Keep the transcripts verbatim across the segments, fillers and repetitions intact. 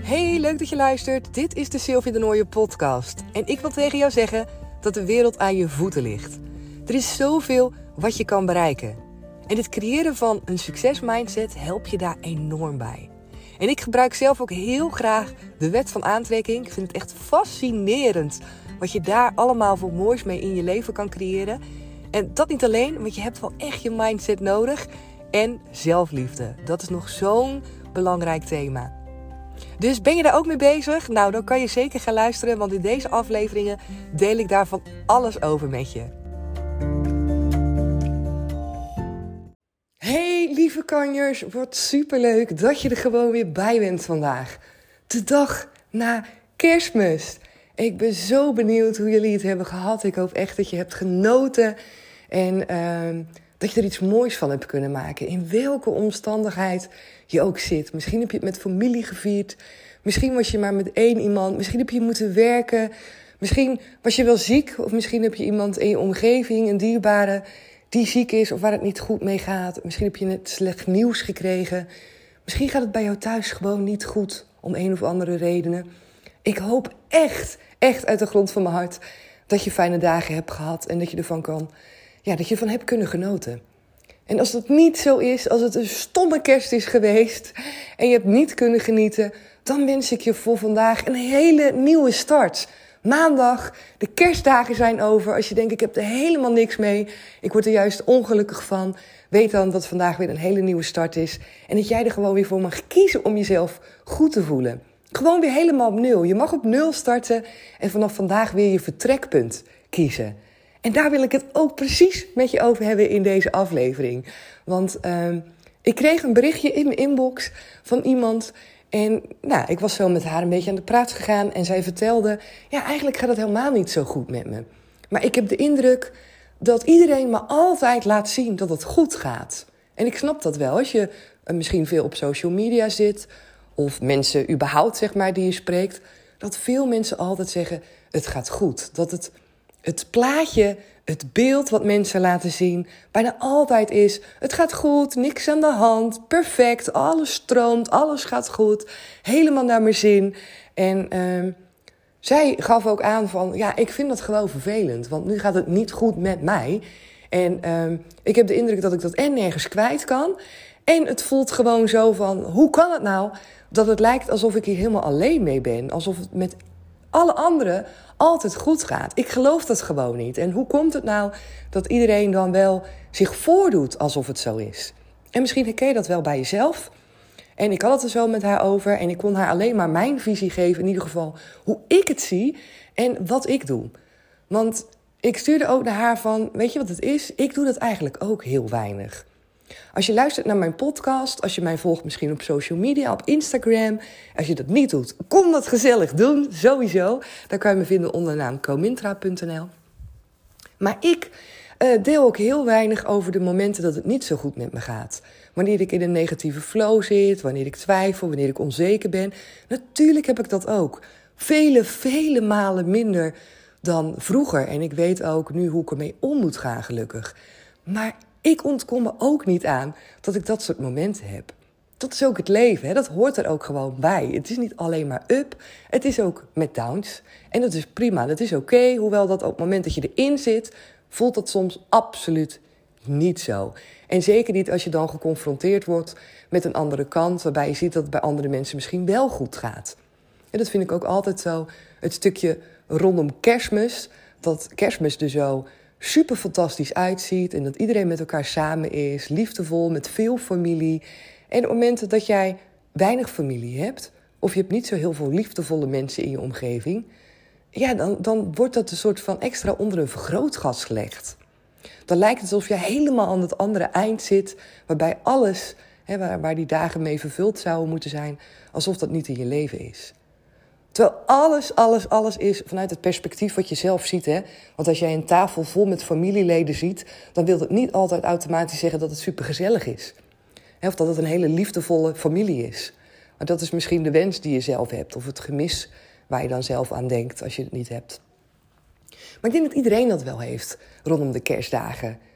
Hey, leuk dat je luistert. Dit is de Sylvie de Nooijen podcast. En ik wil tegen jou zeggen dat de wereld aan je voeten ligt. Er is zoveel wat je kan bereiken. En het creëren van een succesmindset helpt je daar enorm bij. En ik gebruik zelf ook heel graag de wet van aantrekking. Ik vind het echt fascinerend wat je daar allemaal voor moois mee in je leven kan creëren. En dat niet alleen, want je hebt wel echt je mindset nodig. En zelfliefde. Dat is nog zo'n belangrijk thema. Dus ben je daar ook mee bezig? Nou, dan kan je zeker gaan luisteren, want in deze afleveringen deel ik daar van alles over met je. Hey lieve kanjers, wat superleuk dat je er gewoon weer bij bent vandaag. De dag na Kerstmis. Ik ben zo benieuwd hoe jullie het hebben gehad. Ik hoop echt dat je hebt genoten en uh, dat je er iets moois van hebt kunnen maken. In welke omstandigheid je ook zit. Misschien heb je het met familie gevierd. Misschien was je maar met één iemand. Misschien heb je moeten werken. Misschien was je wel ziek. Of misschien heb je iemand in je omgeving, een dierbare, die ziek is of waar het niet goed mee gaat. Misschien heb je net slecht nieuws gekregen. Misschien gaat het bij jou thuis gewoon niet goed. Om een of andere redenen. Ik hoop echt, echt uit de grond van mijn hart dat je fijne dagen hebt gehad. En dat je ervan kan, ja, dat je ervan hebt kunnen genoten. En als dat niet zo is, als het een stomme kerst is geweest en je hebt niet kunnen genieten, dan wens ik je voor vandaag een hele nieuwe start. Maandag, de kerstdagen zijn over. Als je denkt, ik heb er helemaal niks mee, ik word er juist ongelukkig van, weet dan dat vandaag weer een hele nieuwe start is. En dat jij er gewoon weer voor mag kiezen om jezelf goed te voelen. Gewoon weer helemaal op nul. Je mag op nul starten en vanaf vandaag weer je vertrekpunt kiezen. En daar wil ik het ook precies met je over hebben in deze aflevering. Want uh, ik kreeg een berichtje in mijn inbox van iemand. En nou, ik was zo met haar een beetje aan de praat gegaan. En zij vertelde, ja, eigenlijk gaat het helemaal niet zo goed met me. Maar ik heb de indruk dat iedereen me altijd laat zien dat het goed gaat. En ik snap dat wel. Als je uh, misschien veel op social media zit, of mensen überhaupt, zeg maar, die je spreekt, dat veel mensen altijd zeggen, het gaat goed. Dat het... Het plaatje, het beeld wat mensen laten zien, bijna altijd is, het gaat goed, niks aan de hand, perfect, alles stroomt, alles gaat goed, helemaal naar mijn zin. En uh, zij gaf ook aan van, ja, ik vind dat gewoon vervelend, want nu gaat het niet goed met mij. En uh, ik heb de indruk dat ik dat en nergens kwijt kan. En het voelt gewoon zo van, hoe kan het nou dat het lijkt alsof ik hier helemaal alleen mee ben, alsof het met alle anderen altijd goed gaat. Ik geloof dat gewoon niet. En hoe komt het nou dat iedereen dan wel zich voordoet alsof het zo is? En misschien herken je dat wel bij jezelf. En ik had het er zo met haar over. En ik kon haar alleen maar mijn visie geven. In ieder geval hoe ik het zie en wat ik doe. Want ik stuurde ook naar haar van, weet je wat het is? Ik doe dat eigenlijk ook heel weinig. Als je luistert naar mijn podcast, als je mij volgt misschien op social media, op Instagram. Als je dat niet doet, kom dat gezellig doen, sowieso. Dan kan je me vinden onder de naam comintra punt n l. Maar ik uh, deel ook heel weinig over de momenten dat het niet zo goed met me gaat. Wanneer ik in een negatieve flow zit, wanneer ik twijfel, wanneer ik onzeker ben. Natuurlijk heb ik dat ook. Vele, vele malen minder dan vroeger. En ik weet ook nu hoe ik ermee om moet gaan, gelukkig. Maar ik ontkom me ook niet aan dat ik dat soort momenten heb. Dat is ook het leven, hè? Dat hoort er ook gewoon bij. Het is niet alleen maar up, het is ook met downs. En dat is prima, dat is oké. Okay, hoewel dat op het moment dat je erin zit, voelt dat soms absoluut niet zo. En zeker niet als je dan geconfronteerd wordt met een andere kant, waarbij je ziet dat het bij andere mensen misschien wel goed gaat. En dat vind ik ook altijd zo, het stukje rondom Kerstmis, dat Kerstmis er zo super fantastisch uitziet en dat iedereen met elkaar samen is, liefdevol, met veel familie. En op momenten dat jij weinig familie hebt, of je hebt niet zo heel veel liefdevolle mensen in je omgeving, ja, dan, dan wordt dat een soort van extra onder een vergrootglas gelegd. Dan lijkt het alsof je helemaal aan het andere eind zit, waarbij alles, hè, waar, waar die dagen mee vervuld zouden moeten zijn, alsof dat niet in je leven is. Terwijl alles, alles, alles is vanuit het perspectief wat je zelf ziet. Hè? Want als jij een tafel vol met familieleden ziet, dan wil het niet altijd automatisch zeggen dat het supergezellig is. Hè? Of dat het een hele liefdevolle familie is. Maar dat is misschien de wens die je zelf hebt. Of het gemis waar je dan zelf aan denkt als je het niet hebt. Maar ik denk dat iedereen dat wel heeft rondom de kerstdagen.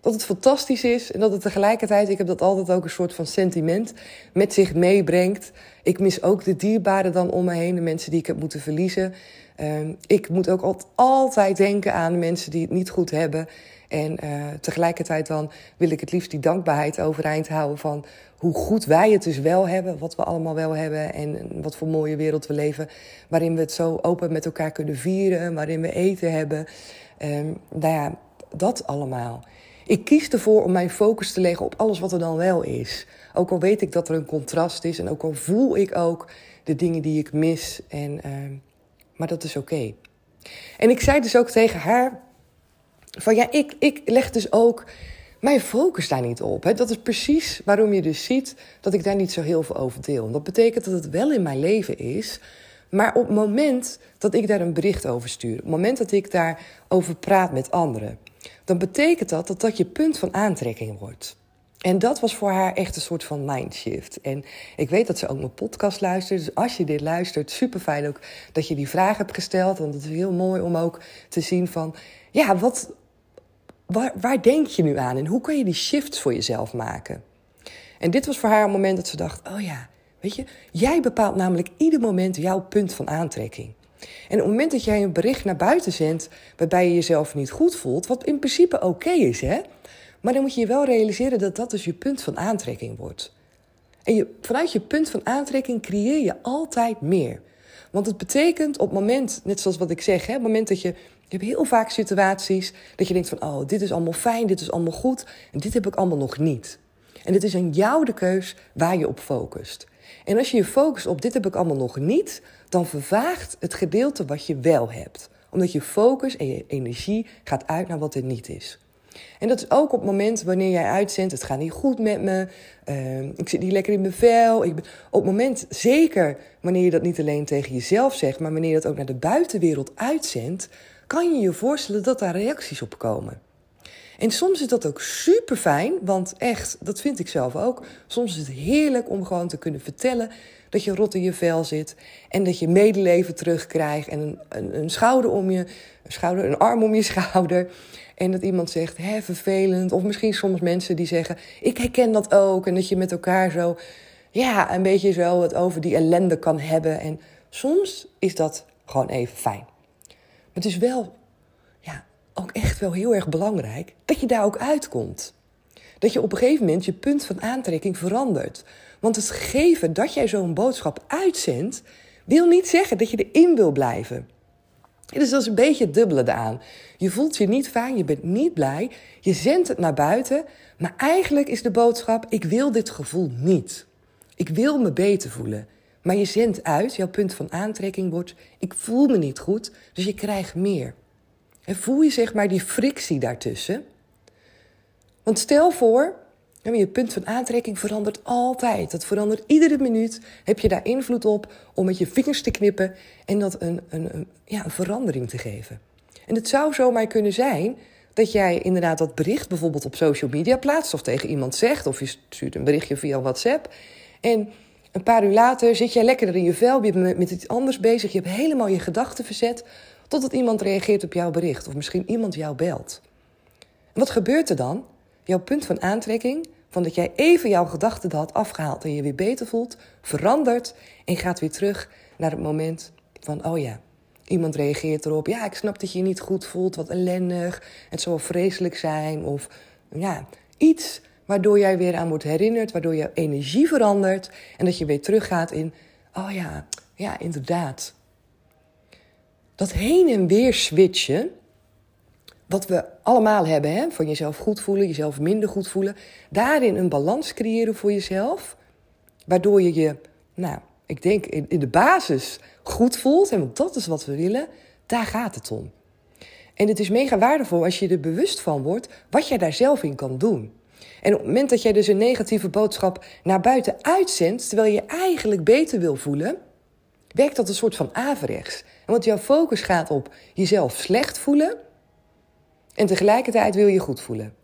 dat het fantastisch is en dat het tegelijkertijd, ik heb dat altijd ook een soort van sentiment met zich meebrengt. Ik mis ook de dierbaren dan om me heen, de mensen die ik heb moeten verliezen. Um, ik moet ook altijd, altijd denken aan de mensen die het niet goed hebben. En uh, tegelijkertijd dan wil ik het liefst die dankbaarheid overeind houden van hoe goed wij het dus wel hebben, wat we allemaal wel hebben en wat voor mooie wereld we leven, waarin we het zo open met elkaar kunnen vieren, waarin we eten hebben. Um, nou ja, dat allemaal. Ik kies ervoor om mijn focus te leggen op alles wat er dan wel is. Ook al weet ik dat er een contrast is en ook al voel ik ook de dingen die ik mis. En, uh, maar dat is oké. Okay. En ik zei dus ook tegen haar van ja, ik, ik leg dus ook mijn focus daar niet op. Hè. Dat is precies waarom je dus ziet dat ik daar niet zo heel veel over deel. En dat betekent dat het wel in mijn leven is, maar op het moment dat ik daar een bericht over stuur, op het moment dat ik daarover praat met anderen, dan betekent dat dat dat je punt van aantrekking wordt. En dat was voor haar echt een soort van mindshift. En ik weet dat ze ook mijn podcast luistert. Dus als je dit luistert, super fijn ook dat je die vraag hebt gesteld. Want het is heel mooi om ook te zien van, ja, wat, waar, waar denk je nu aan? En hoe kan je die shifts voor jezelf maken? En dit was voor haar een moment dat ze dacht, oh ja, weet je, jij bepaalt namelijk ieder moment jouw punt van aantrekking. En op het moment dat jij een bericht naar buiten zendt waarbij je jezelf niet goed voelt, wat in principe oké okay is, hè? Maar dan moet je je wel realiseren dat dat dus je punt van aantrekking wordt. En je, vanuit je punt van aantrekking creëer je altijd meer. Want het betekent op het moment, net zoals wat ik zeg, hè, op het moment dat je, je hebt heel vaak situaties dat je denkt van, oh, dit is allemaal fijn, dit is allemaal goed en dit heb ik allemaal nog niet. En het is aan jou de keus waar je op focust. En als je je focust op dit heb ik allemaal nog niet, dan vervaagt het gedeelte wat je wel hebt. Omdat je focus en je energie gaat uit naar wat er niet is. En dat is ook op het moment wanneer jij uitzendt, het gaat niet goed met me, uh, ik zit niet lekker in mijn vel. Ik ben, op het moment, zeker wanneer je dat niet alleen tegen jezelf zegt, maar wanneer je dat ook naar de buitenwereld uitzendt, kan je je voorstellen dat daar reacties op komen. En soms is dat ook super fijn, want echt, dat vind ik zelf ook. Soms is het heerlijk om gewoon te kunnen vertellen dat je rot in je vel zit en dat je medeleven terugkrijgt en een, een, een schouder om je, een schouder, een arm om je schouder. En dat iemand zegt, hè, vervelend. Of misschien soms mensen die zeggen, ik herken dat ook. En dat je met elkaar zo, ja, een beetje zo het over die ellende kan hebben. En soms is dat gewoon even fijn. Maar het is wel, ja, ook echt wel heel erg belangrijk dat je daar ook uitkomt. Dat je op een gegeven moment je punt van aantrekking verandert. Want het gegeven dat jij zo'n boodschap uitzendt, wil niet zeggen dat je erin wil blijven. Dus dat is een beetje het dubbele eraan. Je voelt je niet fijn, je bent niet blij, je zendt het naar buiten, maar eigenlijk is de boodschap, ik wil dit gevoel niet. Ik wil me beter voelen. Maar je zendt uit, jouw punt van aantrekking wordt, ik voel me niet goed, dus je krijgt meer. En voel je zeg maar die frictie daartussen. Want stel voor, je punt van aantrekking verandert altijd. Dat verandert iedere minuut. Heb je daar invloed op om met je vingers te knippen en dat een, een, een, ja, een verandering te geven. En het zou zomaar kunnen zijn dat jij inderdaad dat bericht bijvoorbeeld op social media plaatst of tegen iemand zegt of je stuurt een berichtje via WhatsApp. En een paar uur later zit jij lekkerder in je vel, je bent met, met iets anders bezig, je hebt helemaal je gedachten verzet totdat iemand reageert op jouw bericht of misschien iemand jou belt. En wat gebeurt er dan? Jouw punt van aantrekking, van dat jij even jouw gedachten had afgehaald en je weer beter voelt, verandert en gaat weer terug naar het moment van, oh ja, iemand reageert erop. Ja, ik snap dat je je niet goed voelt, wat ellendig, het zal vreselijk zijn. Of ja, iets waardoor jij weer aan wordt herinnerd, waardoor je energie verandert en dat je weer teruggaat in, oh ja, ja, inderdaad. Dat heen en weer switchen, wat we allemaal hebben, hè? Van jezelf goed voelen, jezelf minder goed voelen. Daarin een balans creëren voor jezelf. Waardoor je je, nou, ik denk in, in de basis goed voelt. En want dat is wat we willen. Daar gaat het om. En het is mega waardevol als je er bewust van wordt wat jij daar zelf in kan doen. En op het moment dat jij dus een negatieve boodschap naar buiten uitzendt, terwijl je eigenlijk beter wil voelen, werkt dat een soort van averechts. En want jouw focus gaat op jezelf slecht voelen en tegelijkertijd wil je goed voelen.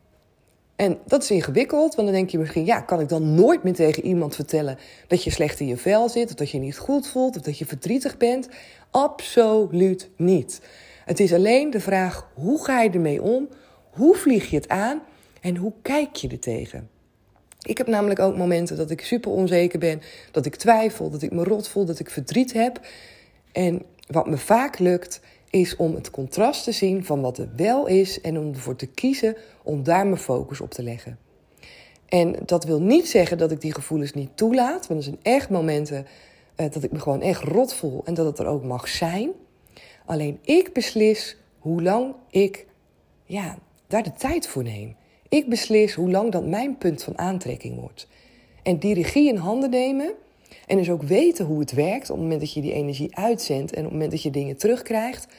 En dat is ingewikkeld, want dan denk je misschien, ja, kan ik dan nooit meer tegen iemand vertellen dat je slecht in je vel zit, of dat je niet goed voelt, of dat je verdrietig bent? Absoluut niet. Het is alleen de vraag, hoe ga je ermee om? Hoe vlieg je het aan en hoe kijk je er tegen? Ik heb namelijk ook momenten dat ik super onzeker ben, dat ik twijfel, dat ik me rot voel, dat ik verdriet heb. En wat me vaak lukt, is om het contrast te zien van wat er wel is en om ervoor te kiezen om daar mijn focus op te leggen. En dat wil niet zeggen dat ik die gevoelens niet toelaat, want er zijn echt momenten uh, dat ik me gewoon echt rot voel en dat het er ook mag zijn. Alleen ik beslis hoe lang ik ja, daar de tijd voor neem. Ik beslis hoe lang dat mijn punt van aantrekking wordt. En die regie in handen nemen en dus ook weten hoe het werkt op het moment dat je die energie uitzendt en op het moment dat je dingen terugkrijgt,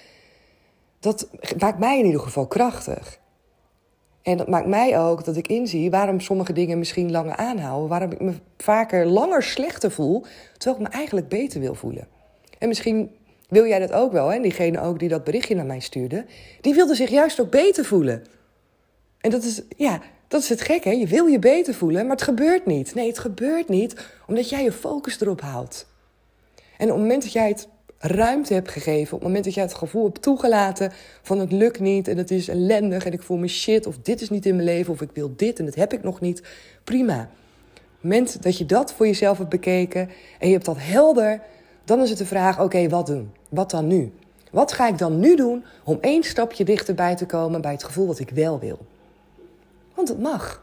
dat maakt mij in ieder geval krachtig. En dat maakt mij ook dat ik inzie waarom sommige dingen misschien langer aanhouden, waarom ik me vaker langer slechter voel, terwijl ik me eigenlijk beter wil voelen. En misschien wil jij dat ook wel, hè? Diegene ook die dat berichtje naar mij stuurde, die wilde zich juist ook beter voelen. En dat is, ja, dat is het gekke, hè? Je wil je beter voelen, maar het gebeurt niet. Nee, het gebeurt niet omdat jij je focus erop houdt. En op het moment dat jij het ruimte hebt gegeven, op het moment dat jij het gevoel hebt toegelaten van het lukt niet en het is ellendig en ik voel me shit of dit is niet in mijn leven of ik wil dit en dat heb ik nog niet, prima. Op het moment dat je dat voor jezelf hebt bekeken en je hebt dat helder, dan is het de vraag, oké, okay, wat doen? Wat dan nu? Wat ga ik dan nu doen om één stapje dichterbij te komen bij het gevoel wat ik wel wil? Want het mag.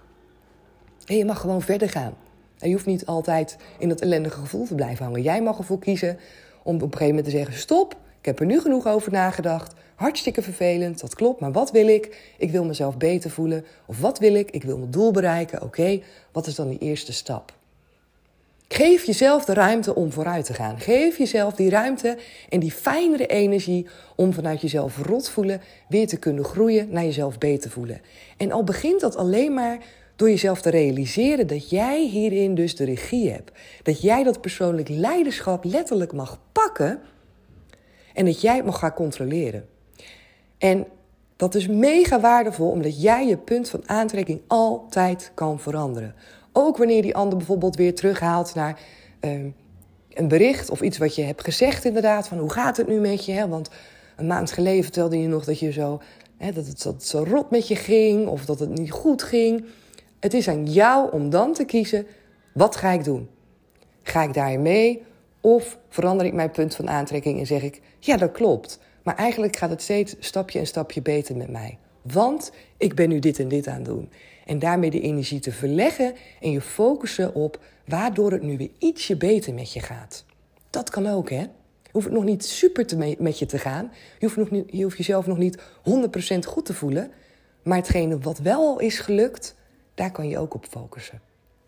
En je mag gewoon verder gaan. En je hoeft niet altijd in dat ellendige gevoel te blijven hangen. Jij mag ervoor kiezen om op een gegeven moment te zeggen, stop, ik heb er nu genoeg over nagedacht. Hartstikke vervelend, dat klopt, maar wat wil ik? Ik wil mezelf beter voelen. Of wat wil ik? Ik wil mijn doel bereiken. Oké, okay, wat is dan die eerste stap? Geef jezelf de ruimte om vooruit te gaan. Geef jezelf die ruimte en die fijnere energie om vanuit jezelf rot voelen weer te kunnen groeien naar jezelf beter voelen. En al begint dat alleen maar door jezelf te realiseren dat jij hierin dus de regie hebt. Dat jij dat persoonlijk leiderschap letterlijk mag pakken en dat jij het mag gaan controleren. En dat is mega waardevol omdat jij je punt van aantrekking altijd kan veranderen. Ook wanneer die ander bijvoorbeeld weer terughaalt naar uh, een bericht of iets wat je hebt gezegd inderdaad. Van hoe gaat het nu met je? Hè? Want een maand geleden vertelde je nog dat, je zo, hè, dat, het, dat het zo rot met je ging of dat het niet goed ging. Het is aan jou om dan te kiezen, wat ga ik doen? Ga ik daarin mee of verander ik mijn punt van aantrekking en zeg ik, ja dat klopt. Maar eigenlijk gaat het steeds stapje en stapje beter met mij. Want ik ben nu dit en dit aan het doen. En daarmee de energie te verleggen en je focussen op waardoor het nu weer ietsje beter met je gaat. Dat kan ook, hè? Je hoeft nog niet super te me- met je te gaan. Je hoeft, nog niet, je hoeft jezelf nog niet honderd procent goed te voelen. Maar hetgene wat wel al is gelukt, daar kan je ook op focussen.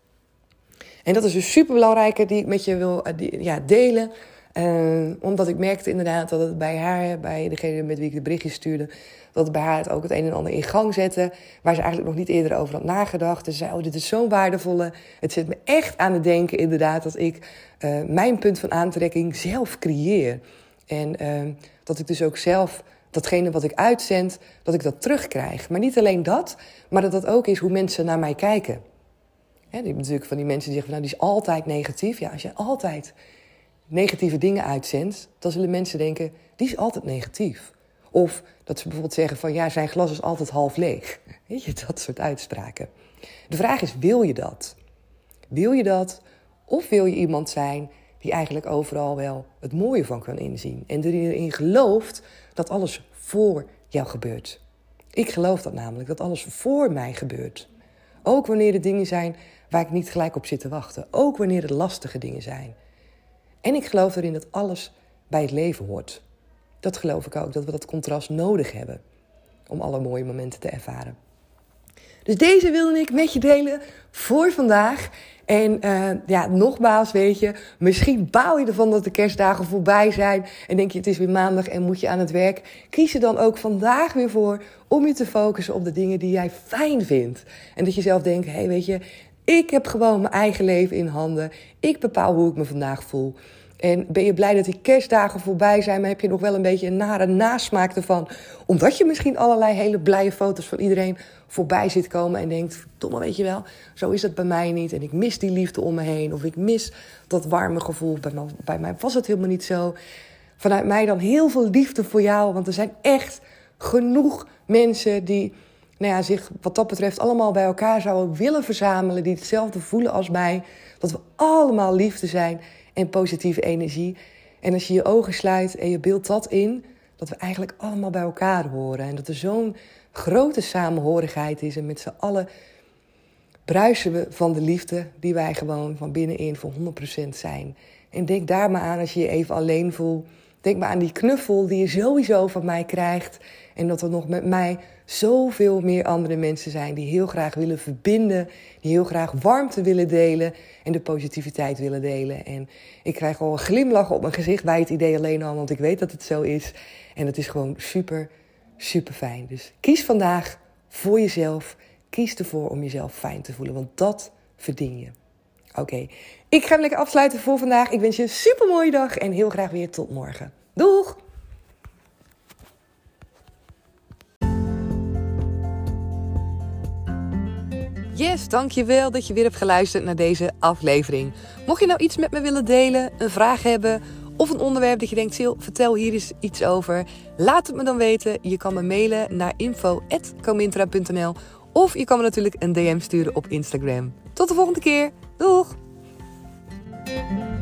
En dat is een superbelangrijke die ik met je wil die, ja, delen. Uh, omdat ik merkte inderdaad dat het bij haar, bij degene met wie ik de berichtjes stuurde, dat het bij haar het ook het een en ander in gang zette, waar ze eigenlijk nog niet eerder over had nagedacht. Dus ze zei, oh, dit is zo'n waardevolle. Het zet me echt aan het denken inderdaad dat ik uh, mijn punt van aantrekking zelf creëer. En uh, dat ik dus ook zelf datgene wat ik uitzend, dat ik dat terugkrijg. Maar niet alleen dat, maar dat dat ook is hoe mensen naar mij kijken. Hè, je hebt natuurlijk van die mensen die zeggen, nou, die is altijd negatief. Ja, als je altijd negatieve dingen uitzendt, dan zullen mensen denken, die is altijd negatief. Of dat ze bijvoorbeeld zeggen van, ja, zijn glas is altijd half leeg. Weet je, dat soort uitspraken. De vraag is, wil je dat? Wil je dat? Of wil je iemand zijn die eigenlijk overal wel het mooie van kan inzien? En die erin gelooft dat alles voor jou gebeurt. Ik geloof dat namelijk, dat alles voor mij gebeurt. Ook wanneer er dingen zijn waar ik niet gelijk op zit te wachten. Ook wanneer het lastige dingen zijn. En ik geloof erin dat alles bij het leven hoort. Dat geloof ik ook, dat we dat contrast nodig hebben om alle mooie momenten te ervaren. Dus deze wilde ik met je delen voor vandaag. En uh, ja, nogmaals, weet je, misschien baal je ervan dat de kerstdagen voorbij zijn en denk je het is weer maandag en moet je aan het werk. Kies er dan ook vandaag weer voor om je te focussen op de dingen die jij fijn vindt. En dat je zelf denkt, hé, hey, weet je, ik heb gewoon mijn eigen leven in handen. Ik bepaal hoe ik me vandaag voel. En ben je blij dat die kerstdagen voorbij zijn, maar heb je nog wel een beetje een nare nasmaak ervan, omdat je misschien allerlei hele blije foto's van iedereen voorbij ziet komen en denkt, verdomme, weet je wel, zo is het bij mij niet. En ik mis die liefde om me heen, of ik mis dat warme gevoel. Bij mij, bij mij was het helemaal niet zo. Vanuit mij dan heel veel liefde voor jou, want er zijn echt genoeg mensen die nou ja, zich wat dat betreft allemaal bij elkaar zouden willen verzamelen, die hetzelfde voelen als mij. Dat we allemaal liefde zijn en positieve energie. En als je je ogen sluit en je beeldt dat in, dat we eigenlijk allemaal bij elkaar horen. En dat er zo'n grote samenhorigheid is. En met z'n allen bruisen we van de liefde die wij gewoon van binnenin voor honderd procent zijn. En denk daar maar aan als je je even alleen voelt. Denk maar aan die knuffel die je sowieso van mij krijgt. En dat er nog met mij zoveel meer andere mensen zijn die heel graag willen verbinden. Die heel graag warmte willen delen en de positiviteit willen delen. En ik krijg al een glimlach op mijn gezicht bij het idee alleen al, want ik weet dat het zo is. En het is gewoon super, super fijn. Dus kies vandaag voor jezelf. Kies ervoor om jezelf fijn te voelen, want dat verdien je. Oké, okay. Ik ga hem lekker afsluiten voor vandaag. Ik wens je een super mooie dag en heel graag weer tot morgen. Doeg! Yes, dankjewel dat je weer hebt geluisterd naar deze aflevering. Mocht je nou iets met me willen delen, een vraag hebben of een onderwerp dat je denkt, Sil, vertel hier eens iets over. Laat het me dan weten. Je kan me mailen naar info at comintra punt n l of je kan me natuurlijk een D M sturen op Instagram. Tot de volgende keer. Doeg!